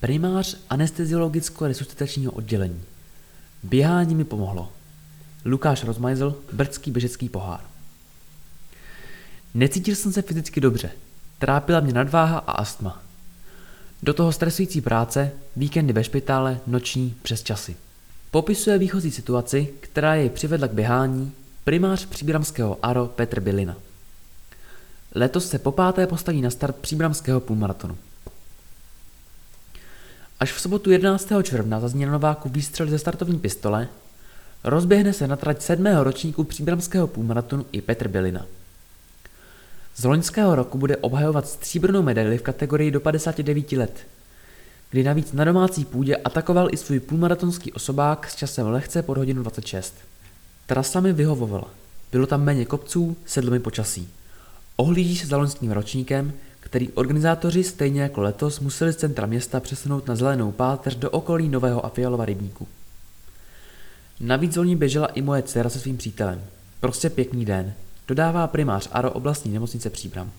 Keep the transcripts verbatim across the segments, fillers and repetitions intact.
Primář anesteziologicko-resuscitačního oddělení. Běhání mi pomohlo. Lukáš Rozmajzl, Brdský běžecký pohár. Necítil jsem se fyzicky dobře. Trápila mě nadváha a astma. Do toho stresující práce, víkendy ve špitále, noční přesčasy. Popisuje výchozí situaci, která jej přivedla k běhání, primář příbramského A R O Petr Bylina. Letos se popáté postaví na start příbramského půlmaratonu. Až v sobotu jedenáctého června zazní na Nováku výstřel ze startovní pistole, rozběhne se na trať sedmého ročníku příbramského půlmaratonu i Petr Bylina. Z loňského roku bude obhajovat stříbrnou medaili v kategorii do padesáti devíti let, kdy navíc na domácí půdě atakoval i svůj půlmaratonský osobák s časem lehce pod hodinu dvacet šest. Trasa mi vyhovovala. Bylo tam méně kopců, sedlo mi počasí. Ohlíží se za loňským ročníkem, který organizátoři stejně jako letos museli z centra města přesunout na zelenou páteř do okolí Nového a Fialova rybníku. Navíc zvolní běžela i moje dcera se svým přítelem. Prostě pěkný den, dodává primář A R O oblastní nemocnice Příbram.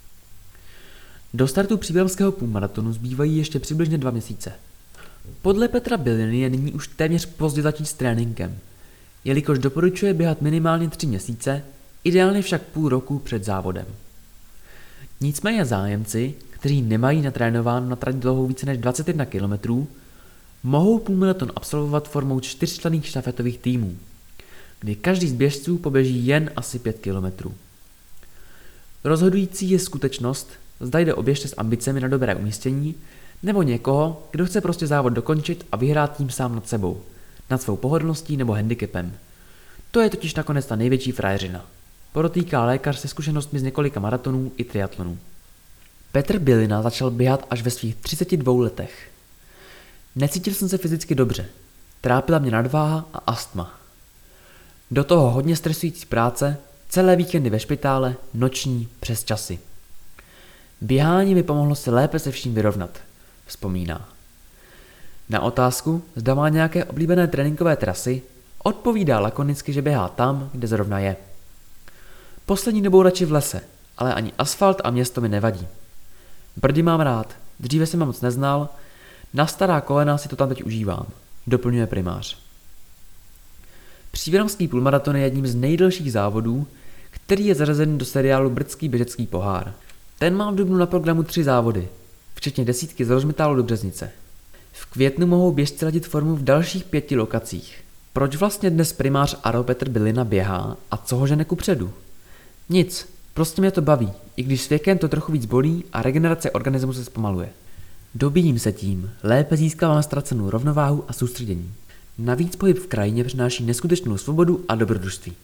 Do startu příbramského půlmaratonu zbývají ještě přibližně dva měsíce. Podle Petra Byliny je nyní už téměř pozdě začít s tréninkem, jelikož doporučuje běhat minimálně tři měsíce, ideálně však půl roku před závodem. Nicméně zájemci, kteří nemají natrénováno na trať dlouhou více než dvacet jedna kilometrů, mohou půlmaraton absolvovat formou čtyřčlenných štafetových týmů, kdy každý z běžců poběží jen asi pět kilometrů. Rozhodující je skutečnost, zda jde o běžce s ambicemi na dobré umístění, nebo někoho, kdo chce prostě závod dokončit a vyhrát tím sám nad sebou, nad svou pohodlností nebo handicapem. To je totiž nakonec ta největší frajeřina, podotýká lékař se zkušenostmi z několika maratonů i triatlonů. Petr Bylina začal běhat až ve svých třiceti dvou letech. Necítil jsem se fyzicky dobře, trápila mě nadváha a astma. Do toho hodně stresující práce, celé víkendy ve špitále, noční přesčasy. Běhání mi pomohlo se lépe se vším vyrovnat, vzpomíná. Na otázku, zda má nějaké oblíbené tréninkové trasy, odpovídá lakonicky, že běhá tam, kde zrovna je. Poslední dobou radši v lese, ale ani asfalt a město mi nevadí. Brdy mám rád, dříve jsem je moc neznal, na stará kolena si to tam teď užívám, doplňuje primář. Příbramský půlmaraton je jedním z nejdelších závodů, který je zařazen do seriálu Brdský běžecký pohár. Ten má v dubnu na programu tři závody, včetně desítky z Rožmitálu do Březnice. V květnu mohou běžci ladit formu v dalších pěti lokacích. Proč vlastně dnes primář A R O Petr Bylina běhá a co ho žene kupředu? Nic, prostě mě to baví, i když s věkem to trochu víc bolí a regenerace organismu se zpomaluje. Dobíjím se tím, lépe získávám ztracenou rovnováhu a soustředění. Navíc pohyb v krajině přináší neskutečnou svobodu a dobrodružství.